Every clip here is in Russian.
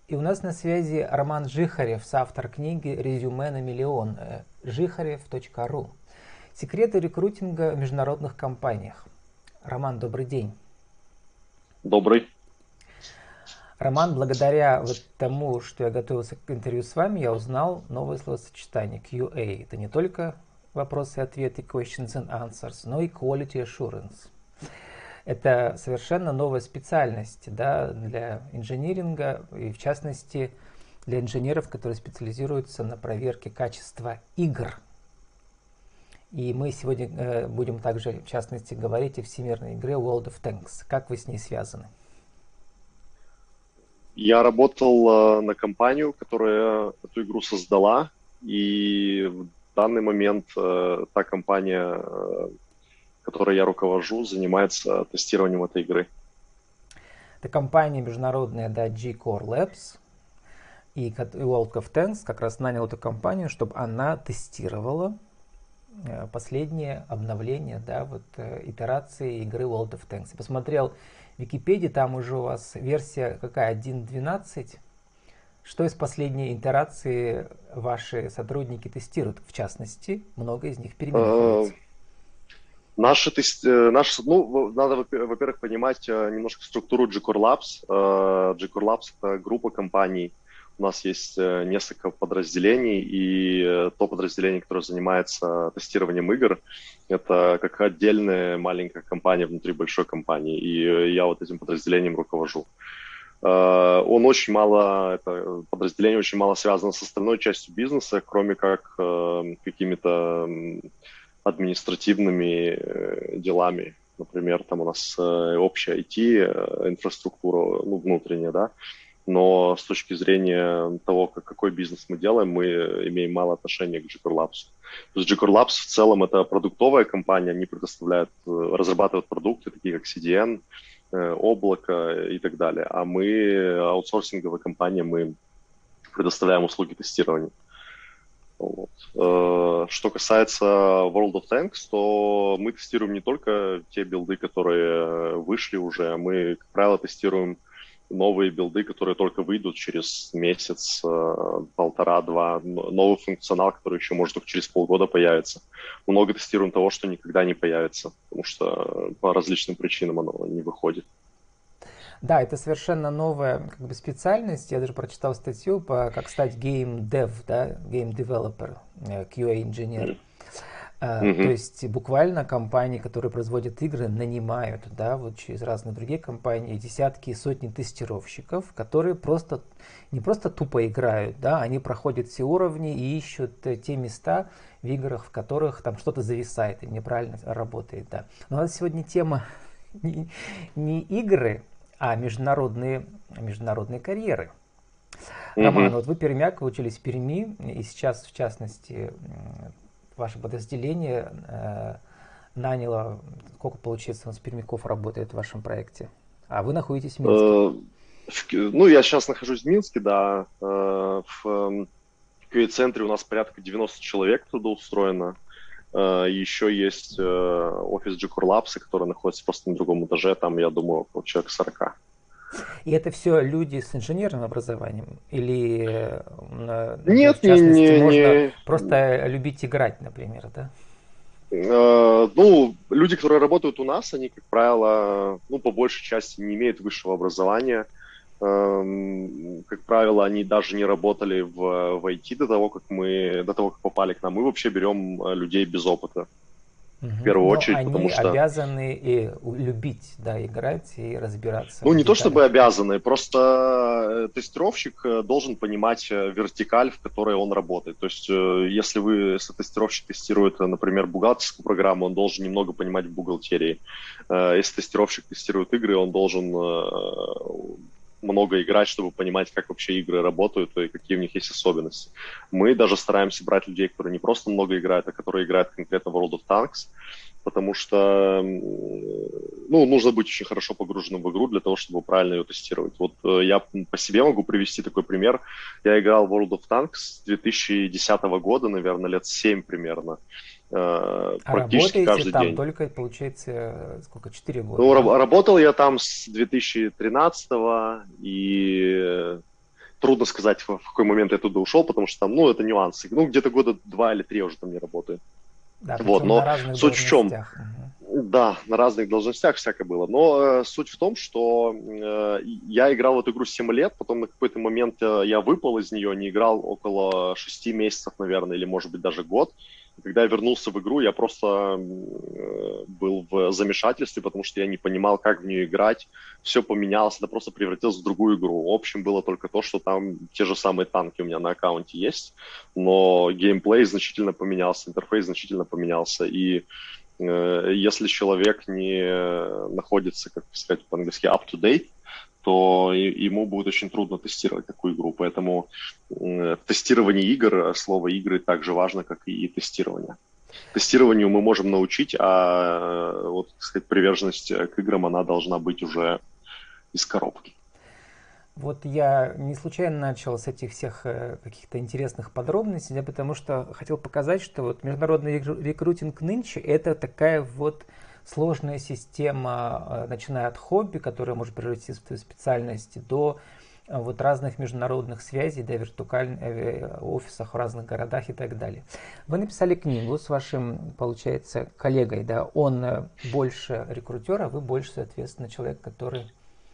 И у нас на связи Роман Жихарев, соавтор книги «Резюме на миллион» жихарев.ру. Секреты рекрутинга в международных компаниях. Роман, добрый день. Добрый. Роман, благодаря вот тому, что я готовился к интервью с вами, я узнал новое словосочетание QA. Это не только вопросы и ответы, questions and answers, но и quality assurance. Это совершенно новая специальность, да, для инжиниринга и, в частности, для инженеров, которые специализируются на проверке качества игр. И мы сегодня будем также, в частности, говорить о всемирной игре World of Tanks. Как вы с ней связаны? Я работал на компанию, которая эту игру создала, и в данный момент та компания, которой я руковожу, занимается тестированием этой игры. Это компания международная, да, G-Core Labs, и World of Tanks как раз нанял эту компанию, чтобы она тестировала последние обновления, да, вот итерации игры World of Tanks. Я посмотрел в Википедии, там уже у вас версия какая, 1.12. Что из последней итерации ваши сотрудники тестируют? В частности, много из них переименовывается. Надо, во-первых, понимать немножко структуру G-Core Labs. G-Core Labs — это группа компаний. У нас есть несколько подразделений, и то подразделение, которое занимается тестированием игр, это как отдельная маленькая компания внутри большой компании, и я вот этим подразделением руковожу. Это подразделение очень мало связано с остальной частью бизнеса, кроме как какими-то административными делами. Например, там у нас общая IT-инфраструктура, внутренняя, да, но с точки зрения того, какой бизнес мы делаем, мы имеем мало отношения к G-Core Labs. То есть G-Core Labs в целом это продуктовая компания, они разрабатывают продукты, такие как CDN, облако и так далее. А мы аутсорсинговая компания, мы предоставляем услуги тестирования. Вот. Что касается World of Tanks, то мы тестируем не только те билды, которые вышли уже, а мы, как правило, тестируем новые билды, которые только выйдут через месяц, полтора-два, новый функционал, который еще, может, только через полгода появится. Много тестируем того, что никогда не появится, потому что по различным причинам оно не выходит. Да, это совершенно новая специальность. Я даже прочитал статью по как стать game dev, да, game developer, QA инженер. То есть буквально компании, которые производят игры, нанимают, да, вот через разные другие компании десятки и сотни тестировщиков, которые не просто тупо играют, да, они проходят все уровни и ищут те места в играх, в которых там что-то зависает и неправильно работает, да. Но у нас сегодня тема не игры, а международные карьеры. Роман, вот вы пермяк, вы учились в Перми, и сейчас, в частности, ваше подразделение наняло, сколько, получается, у нас пермяков работает в вашем проекте, а вы находитесь в Минске. Я сейчас нахожусь в Минске, да. В QA-центре у нас порядка 90 человек трудоустроено. Еще есть офис G-Core Labs, который находится просто на другом этаже, там, я думаю, около человек 40. И это все люди с инженерным образованием? Или, например, в Нет, частности, можно просто любить играть, например, да? Люди, которые работают у нас, они, как правило, по большей части не имеют высшего образования. Как правило, они даже не работали в IT до того, как попали к нам. Мы вообще берем людей без опыта. В первую Но очередь, они потому что... обязаны и любить, да, играть и разбираться в Не то деталях. чтобы обязаны, просто тестировщик должен понимать вертикаль, в которой он работает. То есть, если тестировщик тестирует, например, бухгалтерскую программу, он должен немного понимать в бухгалтерии. Если тестировщик тестирует игры, он должен много играть, чтобы понимать, как вообще игры работают и какие у них есть особенности. Мы даже стараемся брать людей, которые не просто много играют, а которые играют конкретно в World of Tanks, потому что нужно быть очень хорошо погруженным в игру для того, чтобы правильно ее тестировать. Вот я по себе могу привести такой пример. Я играл в World of Tanks с 2010 года, наверное, лет 7 примерно. А Практически работаете каждый там день. только, получается, сколько, 4 года, да? Работал я там с 2013 и трудно сказать, в какой момент я туда ушел, потому что там, ну, это нюансы. Ну, где-то года 2 или 3 уже там не работаю. Да, Вот, причем на но разных суть в чем? должностях. Да, на разных должностях всякое было. Но суть в том, что я играл в эту игру 7 лет, потом на какой-то момент я выпал из нее, не играл около 6 месяцев, наверное, или, может быть, даже год. И когда я вернулся в игру, я просто был в замешательстве, потому что я не понимал, как в нее играть. Все поменялось, это просто превратилось в другую игру. В общем, было только то, что там те же самые танки у меня на аккаунте есть, но геймплей значительно поменялся, интерфейс значительно поменялся, и если человек не находится, как сказать по-английски, up to date, то ему будет очень трудно тестировать такую игру. Поэтому тестирование игр, слово игры так же важно, как и тестирование. Тестированию мы можем научить, а вот, так сказать, приверженность к играм, она должна быть уже из коробки. Вот я не случайно начал с этих всех каких-то интересных подробностей, да, потому что хотел показать, что вот международный рекрутинг нынче это такая вот сложная система, начиная от хобби, которая может превратиться в свою специальность, до вот разных международных связей, да, виртуальных офисах в разных городах и так далее. Вы написали книгу с вашим, получается, коллегой, да, он больше рекрутер, а вы больше, соответственно, человек, который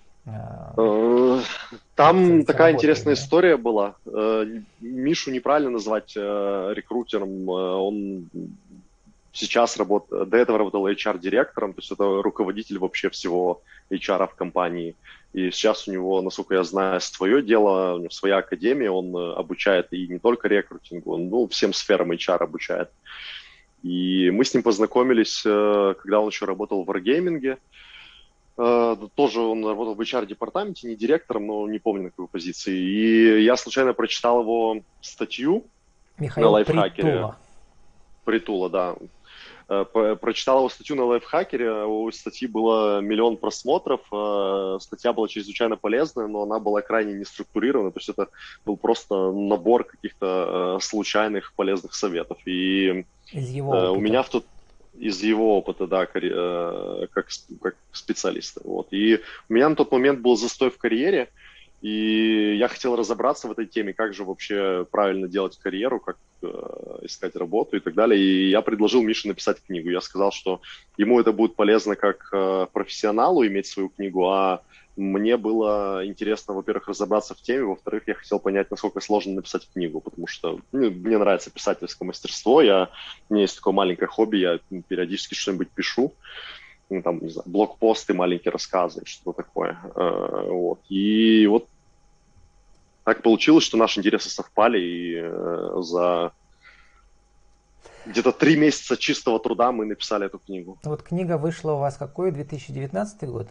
там такая работой, интересная да? история была. Мишу неправильно назвать рекрутером. Он сейчас работает, до этого работал HR-директором, то есть это руководитель вообще всего HR в компании. И сейчас у него, насколько я знаю, свое дело, у него своя академия, он обучает и не только рекрутингу, он, ну, всем сферам HR обучает. И мы с ним познакомились, когда он еще работал в Wargaming. Тоже он работал в HR-департаменте, не директором, но не помню на какой позиции. И я случайно прочитал его статью на Михаил Лайфхакере. Притула. Притула, да. Прочитал его статью на Лайфхакере, у статьи было 1 миллион просмотров, статья была чрезвычайно полезная, но она была крайне неструктурирована, то есть это был просто набор каких-то случайных полезных советов. И Из его опыта. у меня из его опыта, да, как специалиста. Вот. И у меня на тот момент был застой в карьере, и я хотел разобраться в этой теме, как же вообще правильно делать карьеру, как искать работу и так далее. И я предложил Мише написать книгу. Я сказал, что ему это будет полезно как профессионалу иметь свою книгу, а мне было интересно, во-первых, разобраться в теме, во-вторых, я хотел понять, насколько сложно написать книгу, потому что мне нравится писательское мастерство, у меня есть такое маленькое хобби, я периодически что-нибудь пишу, ну, там, не знаю, блокпосты, маленькие рассказы, что-то такое. Вот. И вот так получилось, что наши интересы совпали, и за где-то 3 месяца чистого труда мы написали эту книгу. Вот книга вышла у вас какой, 2019 год?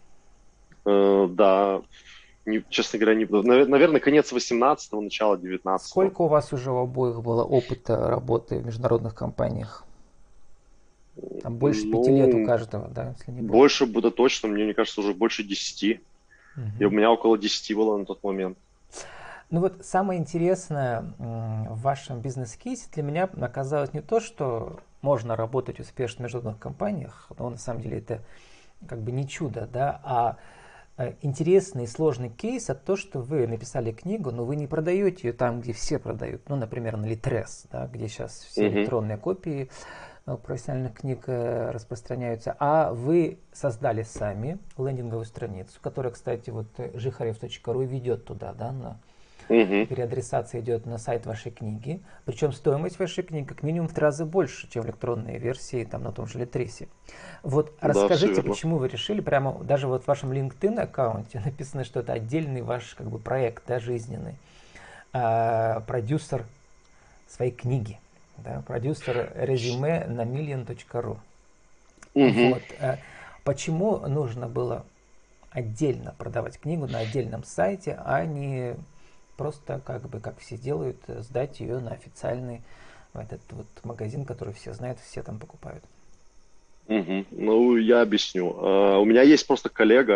Да, честно говоря, наверное, конец 18-го, начало 19-го. Сколько у вас уже у обоих было опыта работы в международных компаниях? Там больше 5 лет у каждого, да, если не больше будет точно, мне кажется, уже больше 10. И у меня около 10 было на тот момент. Ну вот самое интересное в вашем бизнес-кейсе для меня оказалось не то, что можно работать успешно в международных компаниях, но на самом деле это как бы не чудо, да, а интересный и сложный кейс от того, что вы написали книгу, но вы не продаете ее там, где все продают, ну, например, на Litres, да, где сейчас все электронные копии профессиональных книг распространяются, а вы создали сами лендинговую страницу, которая, кстати, вот жихарев.ру ведет туда, да, переадресация идет на сайт вашей книги, причем стоимость вашей книги как минимум в 3 раза больше, чем электронные версии там, на том же Литресе. Вот расскажите, почему вы решили, прямо даже вот в вашем LinkedIn аккаунте написано, что это отдельный ваш как бы проект, да, жизненный, продюсер своей книги, да, продюсер резюме на million.ru. Вот. Почему нужно было отдельно продавать книгу на отдельном сайте, а не просто, как бы, как все делают, сдать ее на официальный этот вот магазин, который все знают, все там покупают? Ну, я объясню. У меня есть просто коллега,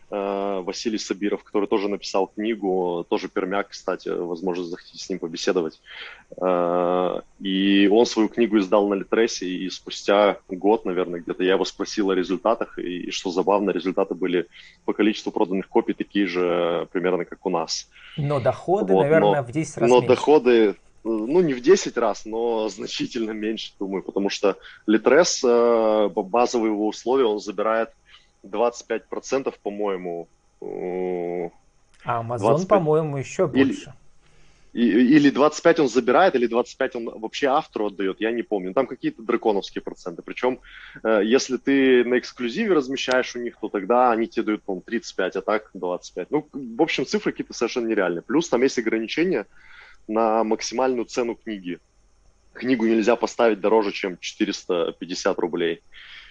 Василий Сабиров, который тоже написал книгу, тоже пермяк, кстати, возможно, захотите с ним побеседовать. И он свою книгу издал на Литресе, и спустя год, наверное, где-то я его спросил о результатах, и что забавно, результаты были по количеству проданных копий такие же примерно, как у нас. Но доходы, Вот, наверное, в 10 раз но меньше. доходы, ну, не в 10 раз, но значительно меньше, думаю, потому что Литрес, базовые его условия, он забирает 25%, по-моему, А Amazon, 25, по-моему, еще или, больше. или 25 он забирает, или 25 он вообще автору отдает, я не помню. Там какие-то драконовские проценты. Причем, если ты на эксклюзиве размещаешь у них, то тогда они тебе дают, по-моему, 35, а так 25. Ну, в общем, цифры какие-то совершенно нереальные. Плюс там есть ограничения на максимальную цену книги. Книгу нельзя поставить дороже, чем 450 рублей.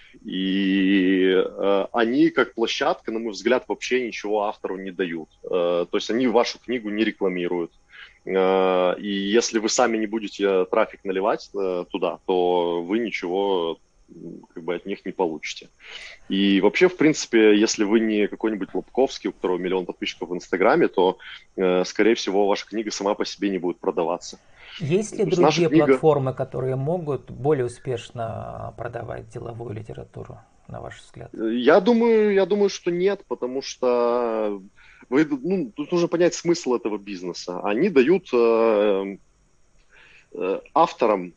И они, как площадка, на мой взгляд, вообще ничего автору не дают. То есть они вашу книгу не рекламируют. И если вы сами не будете трафик наливать туда, то вы ничего как бы от них не получите. И вообще, в принципе, если вы не какой-нибудь Лобковский, у которого миллион подписчиков в Инстаграме, то, скорее всего, ваша книга сама по себе не будет продаваться. Есть ли То есть наша другие книга... платформы, которые могут более успешно продавать деловую литературу, на ваш взгляд? Я думаю, что нет, потому что тут нужно понять смысл этого бизнеса. Они дают авторам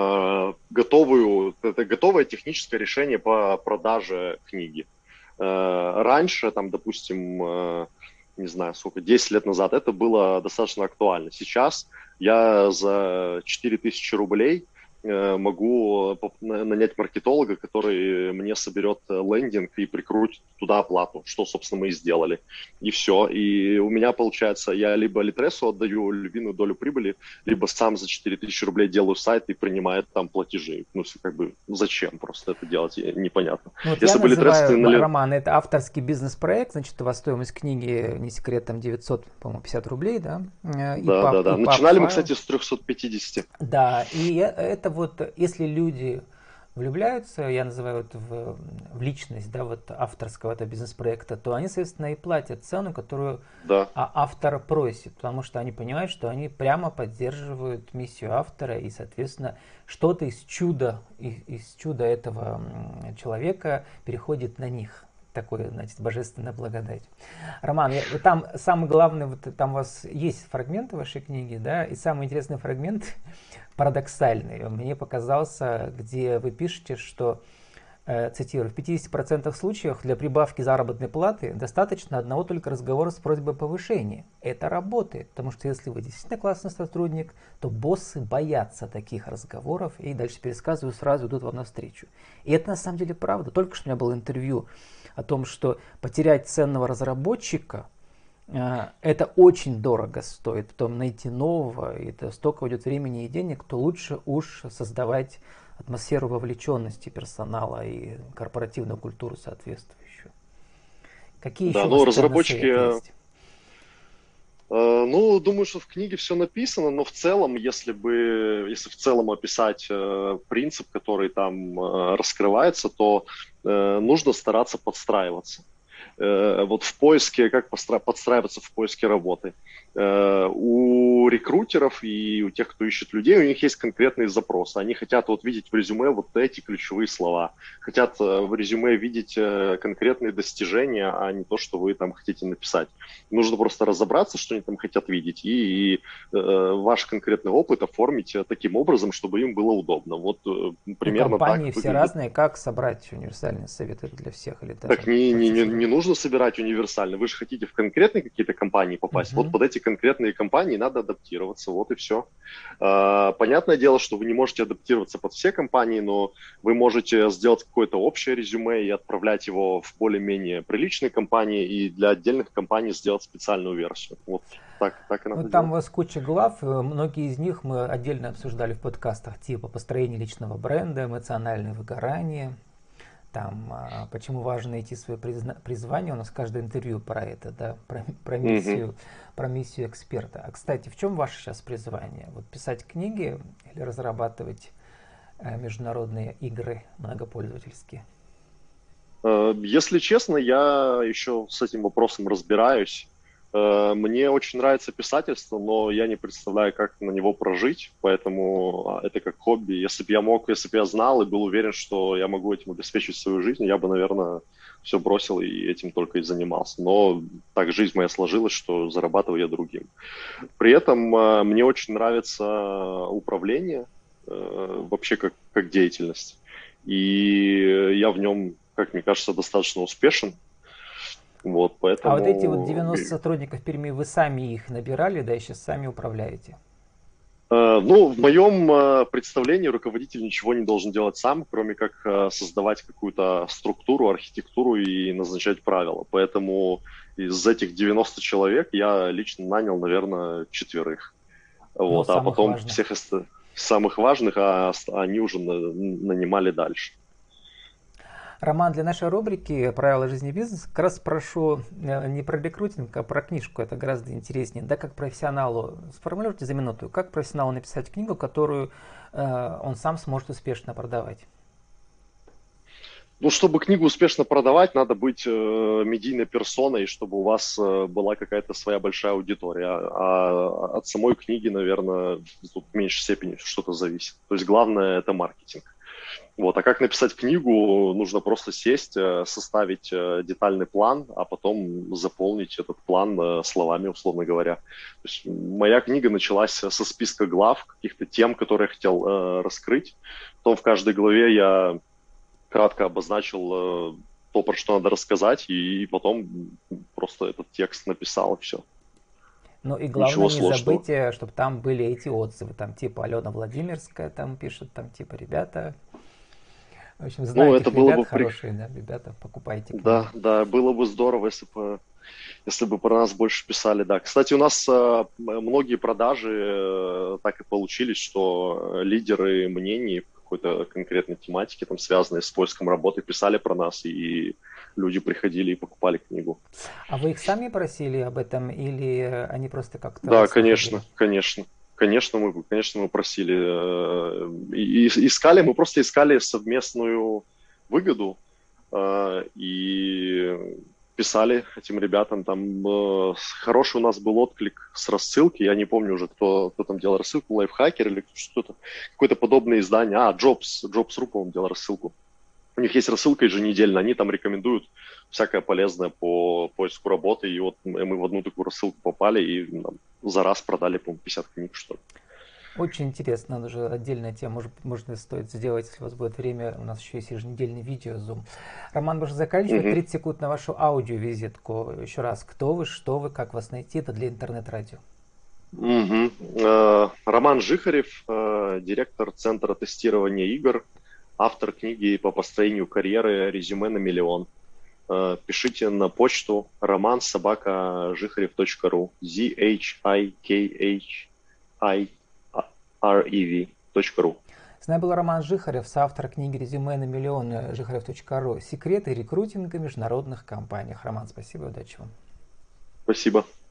готовое техническое решение по продаже книги. Раньше, там, допустим, не знаю, сколько, 10 лет назад это было достаточно актуально. Сейчас я за 4000 рублей могу нанять маркетолога, который мне соберет лендинг и прикрутит туда оплату, что, собственно, мы и сделали. И все. И у меня, получается, я либо Литресу отдаю львиную долю прибыли, либо сам за 4000 рублей делаю сайт и принимает там платежи. Ну, как бы, зачем просто это делать, непонятно. Ну, вот я Если бы Литрес... называю, Роман, это авторский бизнес-проект, значит, у вас стоимость книги, не секрет, там 900, по-моему, 50 рублей, да? И Да. и Начинали мы, файл. кстати, с 350. Да, и это вот, если люди влюбляются, я называю это в личность, да, вот авторского этого бизнес-проекта, то они, соответственно, и платят цену, которую Да. автор просит, потому что они понимают, что они прямо поддерживают миссию автора, и, соответственно, что-то из чуда этого человека переходит на них. Такое, значит, божественная благодать. Роман, там самый главный, вот там у вас есть фрагменты вашей книги, да, и самый интересный фрагмент, парадоксальный, мне показался, где вы пишете, что, цитирую, в 50% случаев для прибавки заработной платы достаточно одного только разговора с просьбой о повышении. Это работает, потому что если вы действительно классный сотрудник, то боссы боятся таких разговоров и дальше пересказываю, сразу идут вам навстречу. И это на самом деле правда. Только что у меня было интервью о том, что потерять ценного разработчика это очень дорого стоит, потом найти нового, и это столько уйдет времени и денег, то лучше уж создавать атмосферу вовлеченности персонала и корпоративную культуру соответствующую. Какие еще Да, у вас ну, ценные разработчики... советы есть? Ну, думаю, что в книге все написано, но в целом, если в целом описать принцип, который там раскрывается, то нужно стараться подстраиваться. Вот в поиске, как подстраиваться в поиске работы. У рекрутеров и у тех, кто ищет людей, у них есть конкретные запросы. Они хотят вот видеть в резюме вот эти ключевые слова. Хотят в резюме видеть конкретные достижения, а не то, что вы там хотите написать. Нужно просто разобраться, что они там хотят видеть, и ваш конкретный опыт оформить таким образом, чтобы им было удобно. Вот Ну, примерно компании так все выглядит. разные. Как собрать универсальные советы для всех или Так даже не проще собрать? нужно собирать универсально. Вы же хотите в конкретные какие-то компании попасть. Вот Мгм. под эти конкретные компании надо адаптироваться. Вот и все. Понятное дело, что вы не можете адаптироваться под все компании, но вы можете сделать какое-то общее резюме и отправлять его в более-менее приличные компании, и для отдельных компаний сделать специальную версию. Вот так и надо Вот там делать. у вас куча глав, многие из них мы отдельно обсуждали в подкастах, типа построение личного бренда, эмоциональное выгорание, там, почему важно найти свое призвание, у нас каждое интервью про это, да, Мгм. про миссию эксперта. А, кстати, в чем ваше сейчас призвание? Вот писать книги или разрабатывать международные игры многопользовательские? Если честно, я еще с этим вопросом разбираюсь. Мне очень нравится писательство, но я не представляю, как на него прожить, поэтому это как хобби. Если бы я мог, если бы я знал и был уверен, что я могу этим обеспечить свою жизнь, я бы, наверное, все бросил и этим только и занимался. Но так жизнь моя сложилась, что зарабатываю я другим. При этом мне очень нравится управление, вообще как деятельность. И я в нем, как мне кажется, достаточно успешен. Вот, А вот эти вот поэтому 90 сотрудников в Перми, вы сами их набирали, да, и сейчас сами управляете? Ну, в моем представлении руководитель ничего не должен делать сам, кроме как создавать какую-то структуру, архитектуру и назначать правила. Поэтому из этих 90 человек я лично нанял, наверное, 4. Ну, Вот, а самых потом важных. всех самых важных, они уже нанимали дальше. Роман, для нашей рубрики «Правила жизни бизнеса» как раз прошу не про рекрутинг, а про книжку. Это гораздо интереснее. Да, как профессионалу, сформулируйте за минуту, как профессионалу написать книгу, которую он сам сможет успешно продавать. Ну, чтобы книгу успешно продавать, надо быть медийной персоной, чтобы у вас была какая-то своя большая аудитория. А от самой книги, наверное, тут в меньшей степени что-то зависит. То есть главное – это маркетинг. Вот. А как написать книгу? Нужно просто сесть, составить детальный план, а потом заполнить этот план словами, условно говоря. То есть моя книга началась со списка глав, каких-то тем, которые я хотел раскрыть. Потом в каждой главе я кратко обозначил то, про что надо рассказать, и потом просто этот текст написал, и все. Ну и главное Ничего не сложного. забыть, чтобы там были эти отзывы. Там типа Алена Владимирская там пишет, там типа ребята. В общем, Ну, знаю это этих было ребят, бы хорошие, да, ребята, покупайте Да, книгу. да, было бы здорово, если бы про нас больше писали, да. Кстати, у нас многие продажи так и получились, что лидеры мнений в какой-то конкретной тематике, там, связанные с поиском работы, писали про нас, и люди приходили и покупали книгу. А вы их сами просили об этом или они просто как-то Да, вас конечно, находили? конечно. Конечно, мы просили. И искали, мы просто искали совместную выгоду и писали этим ребятам. Там хороший у нас был отклик с рассылки. Я не помню уже, кто там делал рассылку, Лайфхакер или что-то, какое-то подобное издание. Jobs.ru, по-моему, делал рассылку. У них есть рассылка еженедельно, они там рекомендуют всякое полезное по поиску работы, и вот мы в одну такую рассылку попали, и нам за раз продали, по-моему, 50 книг, что ли. Очень интересно, надо же отдельная тема, может стоит сделать, если у вас будет время, у нас еще есть еженедельный видео Zoom. Роман, можно заканчивать, Мгм. 30 секунд на вашу аудиовизитку. Еще раз, кто вы, что вы, как вас найти, это для интернет-радио. Мгм. Роман Жихарев, директор Центра тестирования игр, автор книги по построению карьеры «Резюме на миллион». Пишите на почту roman@жихарев.ru zhikhirev.ru. С нами был Роман Жихарев, соавтор книги «Резюме на миллион» жихарев.ру. Секреты рекрутинга в международных компаниях. Роман, спасибо и удачи вам. Спасибо.